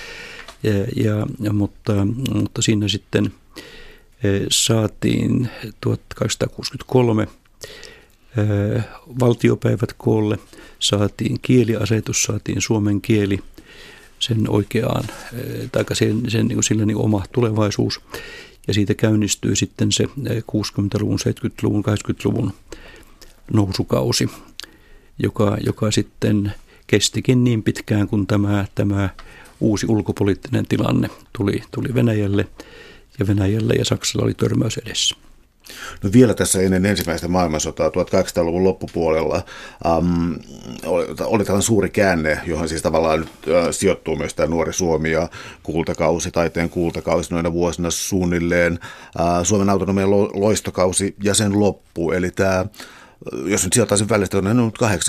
Mutta siinä sitten saatiin 1863 valtiopäivät koolle, saatiin kieliasetus, saatiin suomen kieli, sen oikeaan, tai sen niin sillä niin oma tulevaisuus. Ja siitä käynnistyy sitten se 60-luvun, 70-luvun, 80-luvun nousukausi, joka sitten kestikin niin pitkään, kun tämä uusi ulkopoliittinen tilanne tuli Venäjälle ja Saksalla oli törmäys edessä. No vielä tässä ennen ensimmäistä maailmansotaa 1800-luvun loppupuolella oli tällainen suuri käänne, johon siis tavallaan nyt sijoittuu myös tämä Nuori Suomi ja kultakausi, taiteen kultakausi noina vuosina suunnilleen. Suomen autonomian loistokausi ja sen loppu, eli tämä, jos nyt sijoittaisin välistä, on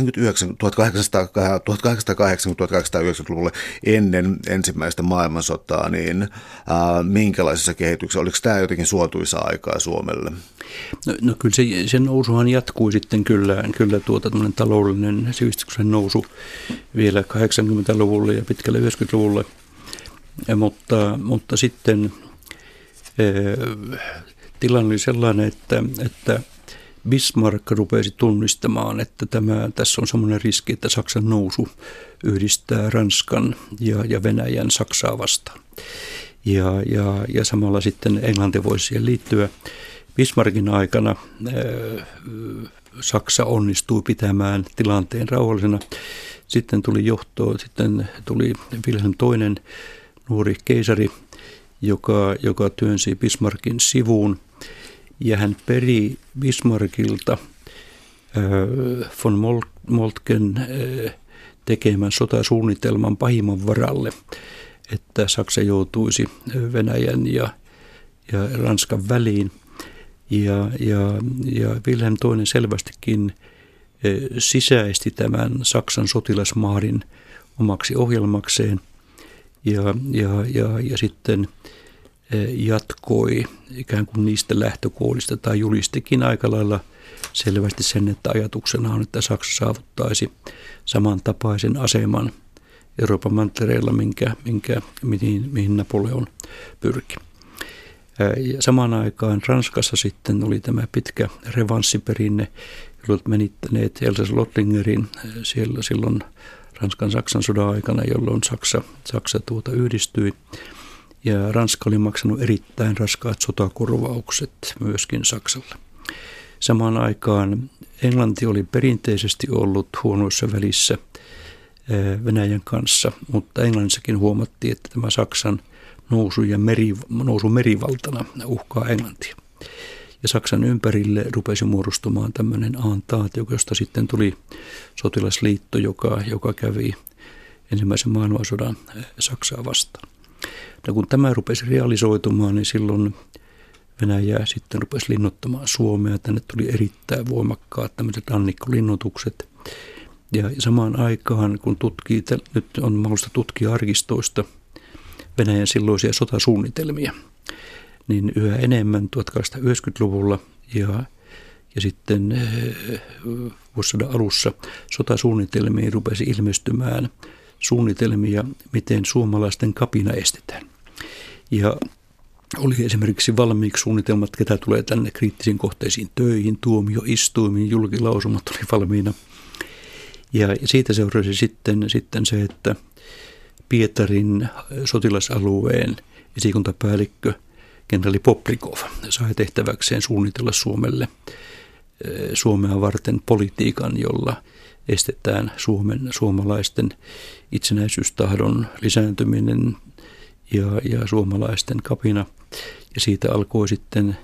1880-1890-luvulle ennen ensimmäistä maailmansotaa, niin minkälaisessa kehityksessä, oliko tämä jotenkin suotuisa aikaa Suomelle? No kyllä se nousuhan jatkui sitten kyllä tämmöinen taloudellinen sivistyksen nousu vielä 80-luvulle ja pitkälle 90-luvulle, mutta sitten tilanne oli sellainen, että Bismarck rupesi tunnistamaan, että tässä on semmoinen riski, että Saksan nousu yhdistää Ranskan ja Venäjän Saksaa vastaan. Ja samalla sitten Englanti voisi siihen liittyä. Bismarckin aikana Saksa onnistui pitämään tilanteen rauhallisena. Sitten tuli Wilhelm II, nuori keisari, joka työnsi Bismarckin sivuun. Ja hän peri Bismarckilta von Moltken tekemän sotasuunnitelman pahimman varalle, että Saksa joutuisi Venäjän ja Ranskan väliin. Ja Wilhelm II selvästikin sisäisti tämän Saksan sotilasmaarin omaksi ohjelmakseen ja sitten jatkoi ikään kuin niistä lähtökohdista tai julistikin aika lailla selvästi sen, että ajatuksena on, että Saksa saavuttaisi samantapaisen aseman Euroopan mantereella, mihin Napoleon pyrki. Ja samaan aikaan Ranskassa sitten oli tämä pitkä revanssiperinne, olivat menittäneet Elsass-Lothringerin siellä silloin Ranskan-Saksan sodan aikana, jolloin Saksa yhdistyi. Ja Ranska oli maksanut erittäin raskaat sotakorvaukset myöskin Saksalle. Samaan aikaan Englanti oli perinteisesti ollut huonoissa välissä Venäjän kanssa, mutta Englannissakin huomattiin, että tämä Saksan nousu merivaltana uhkaa Englantia. Ja Saksan ympärille rupesi muodostumaan tämmöinen Entente, josta sitten tuli sotilasliitto, joka kävi ensimmäisen maailmansodan Saksaa vastaan. Ja kun tämä rupesi realisoitumaan, niin silloin Venäjä sitten rupesi linnoittamaan Suomea. Tänne tuli erittäin voimakkaat tämmöiset rannikkolinnoitukset. Ja samaan aikaan, kun nyt on mahdollista tutkia arkistoista Venäjän silloisia sotasuunnitelmia, niin yhä enemmän 1890-luvulla ja sitten vuosisadan alussa sotasuunnitelmiin rupesi ilmestymään suunnitelmia, miten suomalaisten kapina estetään. Ja oli esimerkiksi valmiiksi suunnitelmat, ketä tulee tänne kriittisiin kohteisiin töihin, tuomioistuimiin, julkilausumat oli valmiina. Ja siitä seurasi sitten se, että Pietarin sotilasalueen esikuntapäällikkö kenraali Bobrikov sai tehtäväkseen suunnitella Suomea varten politiikan, jolla estetään suomalaisten itsenäisyystahdon lisääntyminen ja suomalaisten kapina. Ja siitä alkoi sitten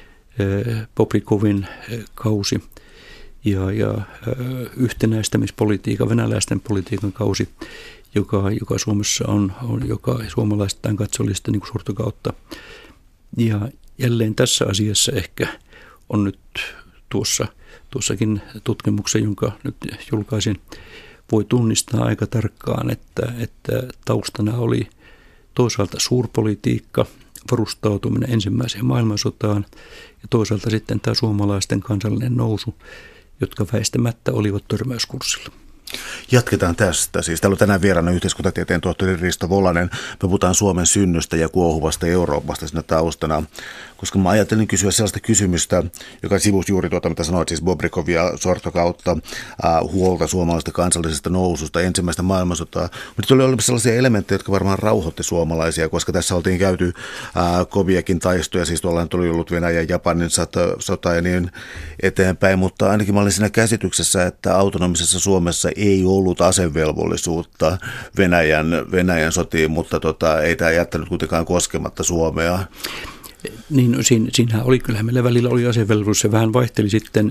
Bobrikovin kausi ja yhtenäistämispolitiikan, venäläisten politiikan kausi, joka Suomessa on joka suomalaistaan katsollista niin kuin sortokautta. Ja jälleen tässä asiassa ehkä on nyt tuossakin tutkimuksen, jonka nyt julkaisin, voi tunnistaa aika tarkkaan, että taustana oli toisaalta suurpolitiikka, varustautuminen ensimmäiseen maailmansotaan ja toisaalta sitten tämä suomalaisten kansallinen nousu, jotka väistämättä olivat törmäyskurssilla. Jatketaan tästä. Siis täällä on tänään vieraana yhteiskuntatieteen tohtori Risto Volanen. Me puhutaan Suomen synnystä ja kuohuvasta Euroopasta siinä taustana. Koska mä ajattelin kysyä sellaista kysymystä, joka sivusi juuri mitä sanoit, siis Bobrikovia sortokautta, huolta suomalaisesta kansallisesta noususta, ensimmäistä maailmansotaa. Mutta tuli olemassa sellaisia elementtejä, jotka varmaan rauhoitti suomalaisia, koska tässä oltiin käyty koviakin taistoja, siis tuollahan tuli ollut Venäjän ja Japanin sota ja niin eteenpäin. Mutta ainakin mä olin siinä käsityksessä, että autonomisessa Suomessa ei ollut asevelvollisuutta Venäjän sotiin, mutta ei tämä jättänyt kuitenkaan koskematta Suomea. Niin, no, siinä oli, kyllähän meillä välillä oli asevelvollisuus, se vähän vaihteli sitten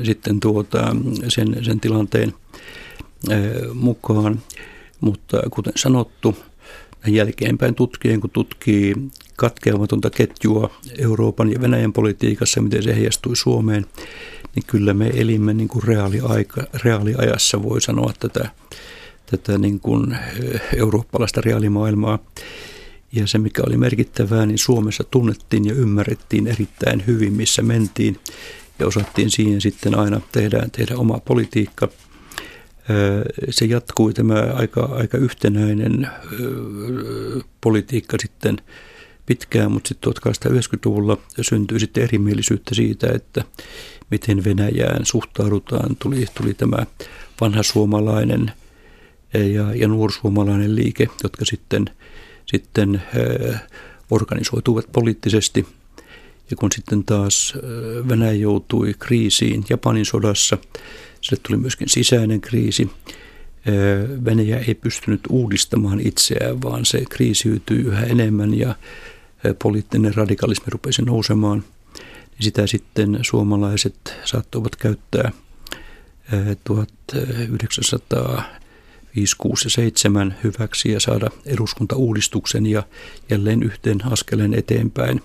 sen tilanteen mukaan, mutta kuten sanottu, jälkeenpäin tutkien, kun tutkii katkeamatonta ketjua Euroopan ja Venäjän politiikassa, miten se heijastui Suomeen, niin kyllä me elimme niin kuin reaaliajassa, voi sanoa tätä niin kuin eurooppalaista reaalimaailmaa. Ja se, mikä oli merkittävää, niin Suomessa tunnettiin ja ymmärrettiin erittäin hyvin, missä mentiin. Ja osattiin siihen sitten aina tehdä oma politiikka. Se jatkui tämä aika yhtenäinen politiikka sitten pitkään, mutta sitten 1890-luvulla syntyi sitten erimielisyyttä siitä, että miten Venäjään suhtaudutaan. Tuli tämä vanha suomalainen ja nuorsuomalainen liike, jotka sitten organisoituivat poliittisesti. Ja kun sitten taas Venäjä joutui kriisiin Japanin sodassa, sille tuli myöskin sisäinen kriisi. Venäjä ei pystynyt uudistamaan itseään, vaan se kriisiytyi yhä enemmän ja poliittinen radikalismi rupesi nousemaan. Sitä sitten suomalaiset saattoivat käyttää 1905, 6 ja 7 hyväksi ja saada eduskuntauudistuksen ja jälleen yhteen askeleen eteenpäin.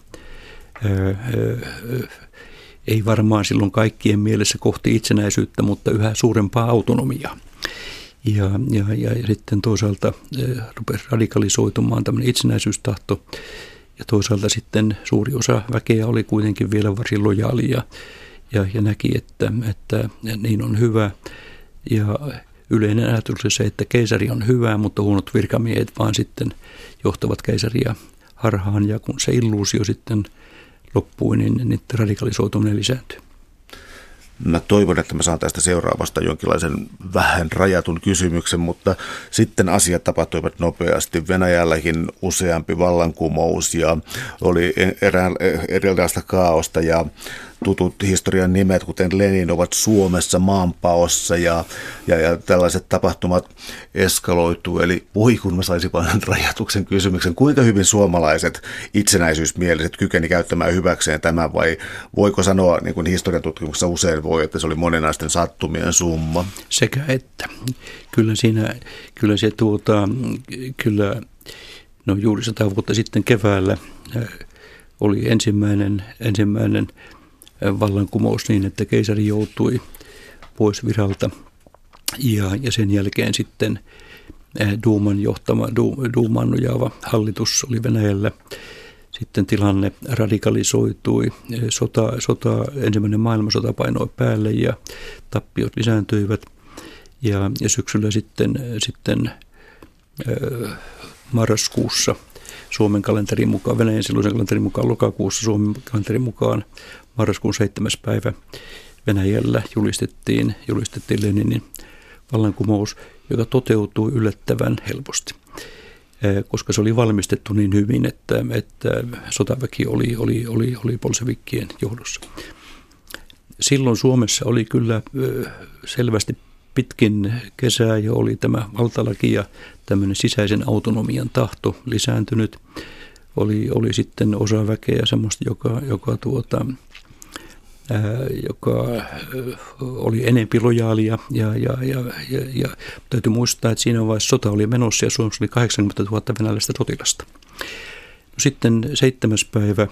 Ei varmaan silloin kaikkien mielessä kohti itsenäisyyttä, mutta yhä suurempaa autonomiaa. Ja sitten toisaalta rupesi radikalisoitumaan tämmöinen itsenäisyystahto ja toisaalta sitten suuri osa väkeä oli kuitenkin vielä varsin lojaalia ja näki, että niin on hyvä. Ja yleinen ajatus on se, että keisari on hyvä, mutta huonot virkamiehet vaan sitten johtavat keisaria harhaan ja kun se illuusio sitten loppui, niin radikalisoituminen lisääntyi. Mä toivon, että mä saan tästä seuraavasta jonkinlaisen vähän rajatun kysymyksen, mutta sitten asiat tapahtuivat nopeasti. Venäjälläkin useampi vallankumous ja oli erilaista kaaosta ja tutut historian nimet, kuten Lenin, ovat Suomessa maanpaossa ja tällaiset tapahtumat eskaloituu. Eli voi kun mä saisin vain rajatuksen kysymyksen, kuinka hyvin suomalaiset itsenäisyysmieliset kykeni käyttämään hyväkseen tämän, vai voiko sanoa, niin kuin historian tutkimuksessa usein voi, että se oli moninaisten sattumien summa? Sekä että. Kyllä juuri 100 vuotta sitten keväällä oli ensimmäinen vallankumous niin, että keisari joutui pois viralta ja sen jälkeen sitten Duuman nojaava hallitus oli Venäjällä. Sitten tilanne radikalisoitui, ensimmäinen maailmansota painoi päälle ja tappiot lisääntyivät ja syksyllä sitten marraskuussa Suomen kalenterin mukaan, Venäjän silloisen kalenterin mukaan lokakuussa, Suomen kalenterin mukaan marraskuun 7. päivä Venäjällä julistettiin Leninin vallankumous, joka toteutui yllättävän helposti, koska se oli valmistettu niin hyvin, että sotaväki oli bolshevikkien johdossa. Silloin Suomessa oli kyllä selvästi pitkin kesää jo oli tämä valtalaki ja tämmöinen sisäisen autonomian tahto lisääntynyt. Oli sitten osa väkeä semmoista, joka oli enempi lojaalia ja täytyy muistaa, että siinä vaiheessa sota oli menossa ja Suomessa oli 80 000 venäläistä sotilasta. No sitten 7. päivä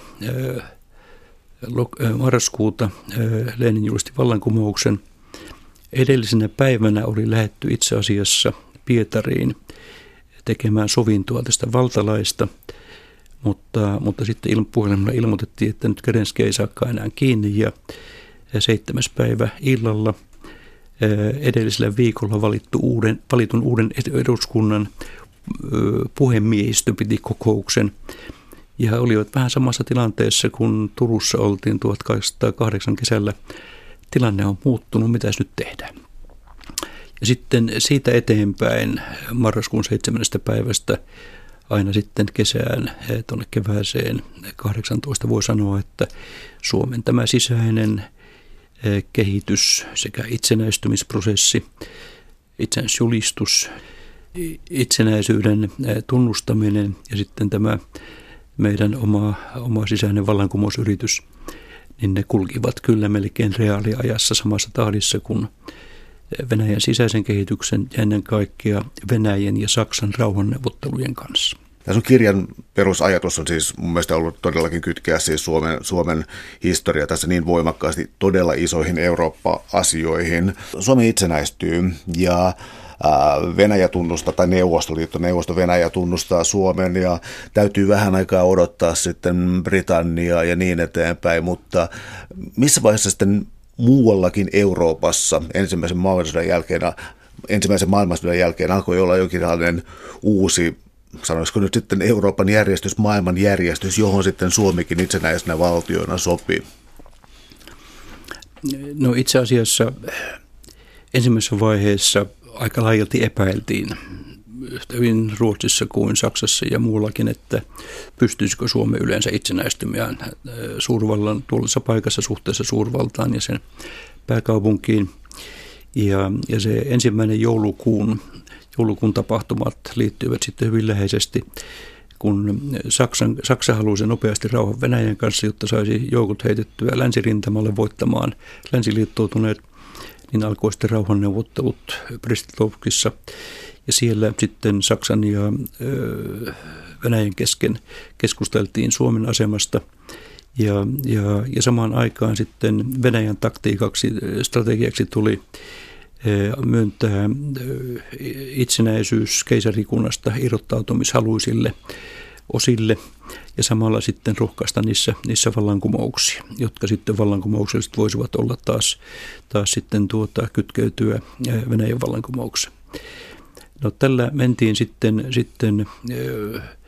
marraskuuta Lenin julisti vallankumouksen. Edellisenä päivänä oli lähdetty itse asiassa Pietariin tekemään sovintoa tästä valtalaista, mutta sitten puhelimella ilmoitettiin, että nyt Kerenski ei saakaan enää kiinni ja 7. päivä illalla edellisellä viikolla valitun uuden eduskunnan puhemiehistö piti kokouksen ja olivat vähän samassa tilanteessa, kun Turussa oltiin 1808 kesällä. Tilanne on muuttunut, mitäs nyt tehdään? Ja sitten siitä eteenpäin marraskuun 7. päivästä aina sitten kesään, tuonne kevääseen 18 voi sanoa, että Suomen tämä sisäinen kehitys sekä itsenäistymisprosessi, itsenäisyysjulistus, itsenäisyyden tunnustaminen ja sitten tämä meidän oma sisäinen vallankumousyritys, niin ne kulkivat kyllä melkein reaaliajassa samassa tahdissa kuin Venäjän sisäisen kehityksen ja ennen kaikkea Venäjän ja Saksan rauhanneuvottelujen kanssa. Ja sun kirjan perusajatus on siis mun mielestä ollut todellakin kytkeä siis Suomen historia tässä niin voimakkaasti todella isoihin Eurooppa-asioihin. Suomi itsenäistyy ja Venäjä tunnustaa, tai Neuvosto Venäjä tunnustaa Suomen ja täytyy vähän aikaa odottaa sitten Britanniaa ja niin eteenpäin, mutta missä vaiheessa sitten muuallakin Euroopassa ensimmäisen maailmansodan jälkeen alkoi olla jonkinlainen uusi, sanoisiko nyt sitten Euroopan järjestys, maailmanjärjestys, johon sitten Suomikin itsenäisenä valtiona sopii? No itse asiassa ensimmäisessä vaiheessa aika laajalti epäiltiin yhtä hyvin Ruotsissa kuin Saksassa ja muuallakin, että pystyisikö Suomi yleensä itsenäistymään suurvallan tuollaisessa paikassa suhteessa suurvaltaan ja sen pääkaupunkiin. Ja se ensimmäinen joulukuun tapahtumat liittyivät sitten hyvin läheisesti, kun Saksa halusi nopeasti rauhan Venäjän kanssa, jotta saisi joukot heitettyä länsirintamalle voittamaan länsiliittoutuneet, niin alkoi sitten rauhanneuvottelut Brest-Litovskissa. Ja siellä sitten Saksan ja Venäjän kesken keskusteltiin Suomen asemasta. Ja samaan aikaan sitten Venäjän taktiikaksi, strategiaksi tuli myöntää itsenäisyys keisarikunnasta irrottautumishaluisille osille ja samalla sitten rohkaista niissä vallankumouksia, jotka sitten vallankumoukselliset voisivat olla taas sitten kytkeytyä Venäjän vallankumoukseen. No tällä mentiin sitten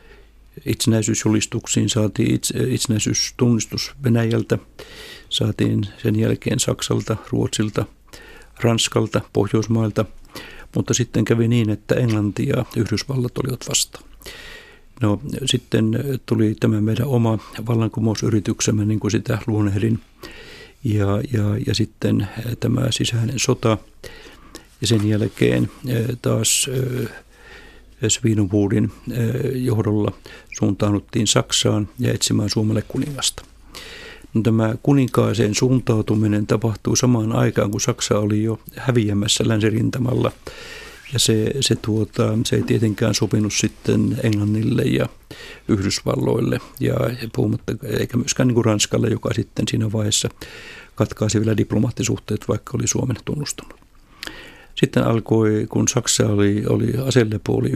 itsenäisyysjulistuksiin saatiin itsenäisyystunnistus Venäjältä, saatiin sen jälkeen Saksalta, Ruotsilta, Ranskalta, Pohjoismailta, mutta sitten kävi niin, että Englanti ja Yhdysvallat olivat vastaan. No sitten tuli tämä meidän oma vallankumousyrityksemme, niin kuin sitä luonnehdin, ja sitten tämä sisäinen sota. Ja sen jälkeen taas Svinhufvudin johdolla suuntaannuttiin Saksaan ja etsimään Suomelle kuningasta. No, tämä kuninkaaseen suuntautuminen tapahtui samaan aikaan, kun Saksa oli jo häviämässä länsirintamalla. Ja se ei tietenkään sopinut sitten Englannille ja Yhdysvalloille, eikä myöskään niin kuin Ranskalle, joka sitten siinä vaiheessa katkaisi vielä diplomaattisuhteet, vaikka oli Suomen tunnustanut. Sitten alkoi, kun Saksa oli aselepo, oli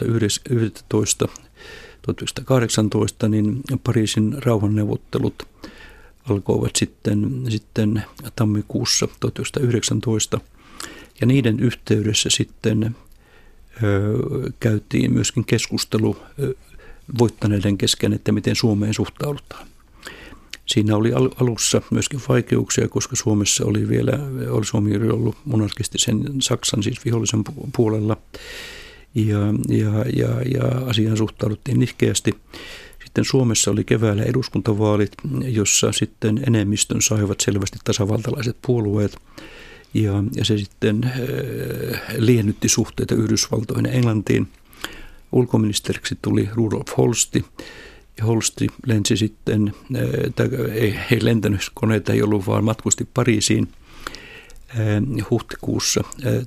11.11.1918, niin Pariisin rauhanneuvottelut alkoivat sitten tammikuussa 1919. Ja niiden yhteydessä sitten käytiin myöskin keskustelu voittaneiden kesken, että miten Suomeen suhtaudutaan. Siinä oli alussa myöskin vaikeuksia, koska Suomessa Suomi oli ollut monarkistisen Saksan, siis vihollisen puolella, ja asiaan suhtauduttiin nihkeästi. Sitten Suomessa oli keväällä eduskuntavaalit, jossa sitten enemmistön saivat selvästi tasavaltalaiset puolueet, ja se sitten liennytti suhteita Yhdysvaltoihin ja Englantiin. Ulkoministeriksi tuli Rudolf Holsti. Ja Holsti lensi sitten, ei lentänyt, koneita ei ollut, vaan matkusti Pariisiin huhtikuussa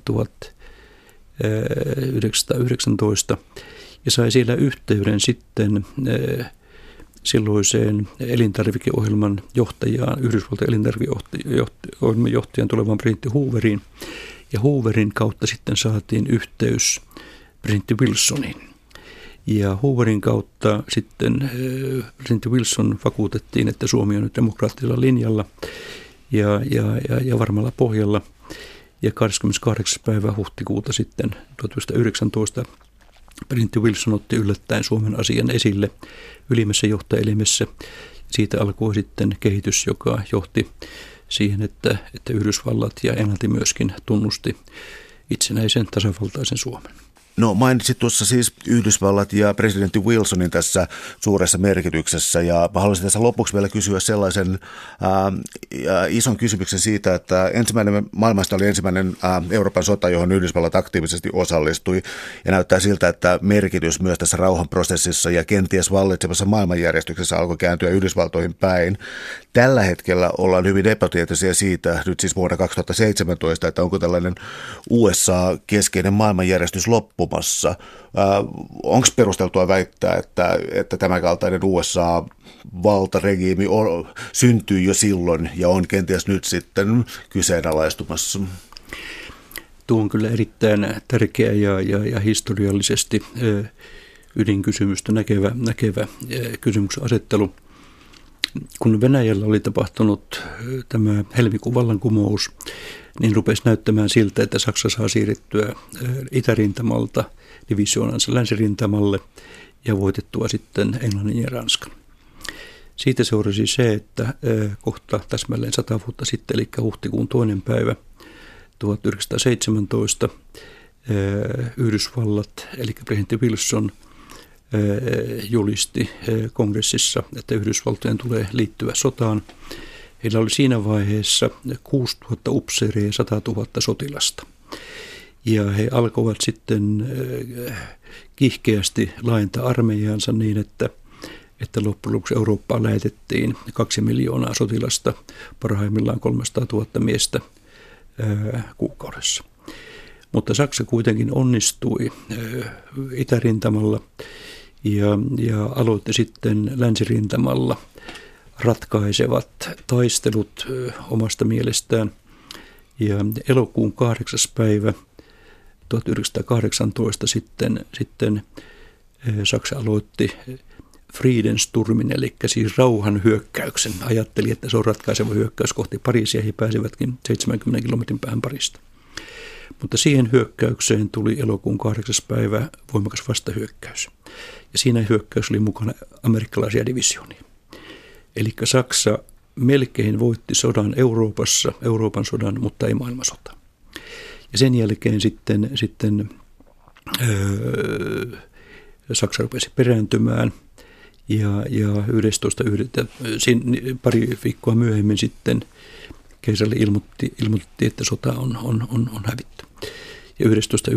1919 ja sai siellä yhteyden sitten silloiseen elintarvikeohjelman johtajaan, Yhdysvaltain elintarvikeohjelman johtajan tulevan presidentti Hooveriin. Ja Hooverin kautta sitten saatiin yhteys presidentti Wilsoniin. Ja Hooverin kautta sitten presidentti Wilson vakuutettiin, että Suomi on nyt demokraattisella linjalla ja varmalla pohjalla. Ja 28. päivä huhtikuuta sitten 1919 presidentti Wilson otti yllättäen Suomen asian esille ylimmässä johtoelimessä. Siitä alkoi sitten kehitys, joka johti siihen, että Yhdysvallat ja Englanti myöskin tunnusti itsenäisen tasavaltaisen Suomen. No mainitsit tuossa siis Yhdysvallat ja presidentti Wilsonin tässä suuressa merkityksessä, ja haluaisin tässä lopuksi vielä kysyä sellaisen ison kysymyksen siitä, että ensimmäinen maailmasta oli ensimmäinen Euroopan sota, johon Yhdysvallat aktiivisesti osallistui, ja näyttää siltä, että merkitys myös tässä rauhanprosessissa ja kenties vallitsevassa maailmanjärjestyksessä alkoi kääntyä Yhdysvaltoihin päin. Tällä hetkellä ollaan hyvin epätietoisia siitä, nyt siis vuonna 2017, että onko tällainen USA-keskeinen maailmanjärjestys loppu. Onko perusteltua väittää, että tämä kaltainen USA-valtaregiimi syntyi jo silloin ja on kenties nyt sitten kyseenalaistumassa? Tuo on kyllä erittäin tärkeä ja historiallisesti ydinkysymystä näkevä kysymyksen asettelu. Kun Venäjällä oli tapahtunut tämä helmikuun vallankumous, niin rupesi näyttämään siltä, että Saksa saa siirrettyä itärintamalta divisioonansa länsirintamalle ja voitettua sitten Englannin ja Ranskan. Siitä seurasi se, että kohta täsmälleen 100 vuotta sitten, eli huhtikuun 2. päivä 1917, Yhdysvallat, eli presidentti Wilson, julisti kongressissa, että Yhdysvaltojen tulee liittyä sotaan. Heillä oli siinä vaiheessa 6 000 upseeria ja 100 000 sotilasta. Ja he alkoivat sitten kiihkeästi laajentaa armeijaansa niin, että loppujen lopuksi Eurooppaan lähetettiin 2 miljoonaa sotilasta, parhaimmillaan 300 000 miestä kuukaudessa. Mutta Saksa kuitenkin onnistui itärintamalla ja aloitti sitten länsirintamalla ratkaisevat taistelut omasta mielestään. Ja elokuun 8. päivä 1918 sitten Saksa aloitti Friedensturmin, eli siis rauhan hyökkäyksen. Ajatteli, että se on ratkaiseva hyökkäys kohti Pariisia, he pääsivätkin 70 kilometrin päähän Pariisista. Mutta siihen hyökkäykseen tuli elokuun 8. päivä voimakas vastahyökkäys. Ja siinä hyökkäys oli mukana amerikkalaisia divisioonia. Eli Saksa melkein voitti sodan Euroopassa, Euroopan sodan, mutta ei maailmansota. Ja sen jälkeen sitten Saksa rupesi perääntymään ja 11.1. pari viikkoa myöhemmin sitten keisari ilmoitti, että sota on hävitty. Ja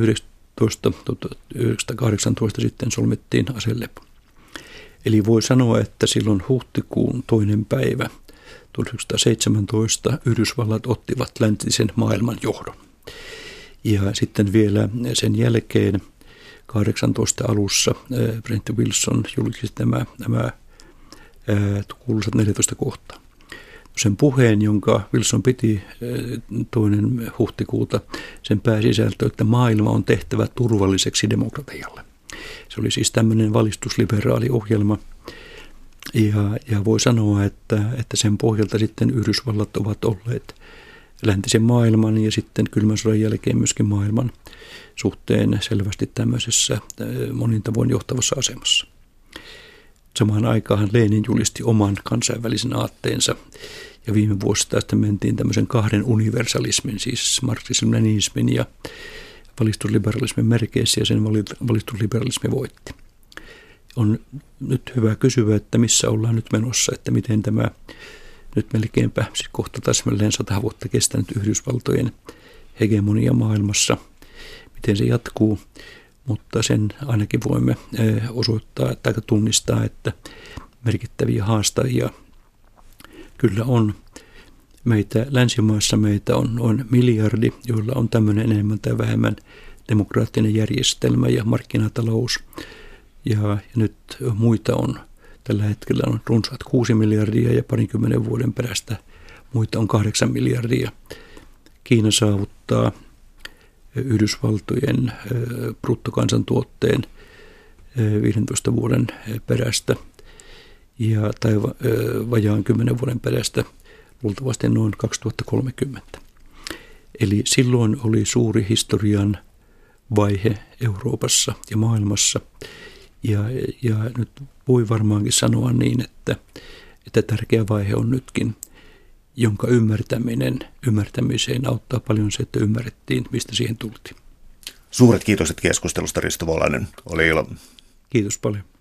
11.19.1918 sitten solmittiin aselepo. Eli voi sanoa, että silloin huhtikuun 2. päivä 1917 Yhdysvallat ottivat läntisen maailman johdon. Ja sitten vielä sen jälkeen 18 alussa presidentti Wilson julkisti nämä kuuluisat 14 kohtaa. Sen puheen, jonka Wilson piti 2. huhtikuuta, sen pääsisältö, että maailma on tehtävä turvalliseksi demokratialle. Se oli siis tämmöinen valistusliberaali ohjelma. Ja voi sanoa, että sen pohjalta sitten Yhdysvallat ovat olleet läntisen maailman ja sitten kylmän sodan jälkeen myöskin maailman suhteen selvästi tämmöisessä monin tavoin johtavassa asemassa. Samaan aikaan Lenin julisti oman kansainvälisen aatteensa ja viime vuosista sitten mentiin tämmöisen kahden universalismin, siis marksismin-leninismin ja valistusliberalismin merkeissä ja sen valistusliberalismi voitti. On nyt hyvä kysyä, että missä ollaan nyt menossa, että miten tämä nyt melkeinpä siis kohta täsmälleen 100 vuotta kestänyt Yhdysvaltojen hegemonia maailmassa, miten se jatkuu, mutta sen ainakin voimme osoittaa tai tunnistaa, että merkittäviä haastajia kyllä on. Länsimaissa meitä on noin miljardi, joilla on tämmöinen enemmän tai vähemmän demokraattinen järjestelmä ja markkinatalous. Ja nyt muita on, tällä hetkellä on runsaat 6 miljardia ja 20 vuoden perästä muita on 8 miljardia. Kiina saavuttaa Yhdysvaltojen bruttokansantuotteen 15 vuoden perästä tai vajaan 10 vuoden perästä luultavasti noin 2030. Eli silloin oli suuri historian vaihe Euroopassa ja maailmassa. Ja nyt voi varmaankin sanoa niin, että tärkeä vaihe on nytkin, jonka ymmärtämiseen auttaa paljon se, että ymmärrettiin, mistä siihen tultiin. Suuret kiitokset keskustelusta, Risto Volanen. Oli ilo. Kiitos paljon.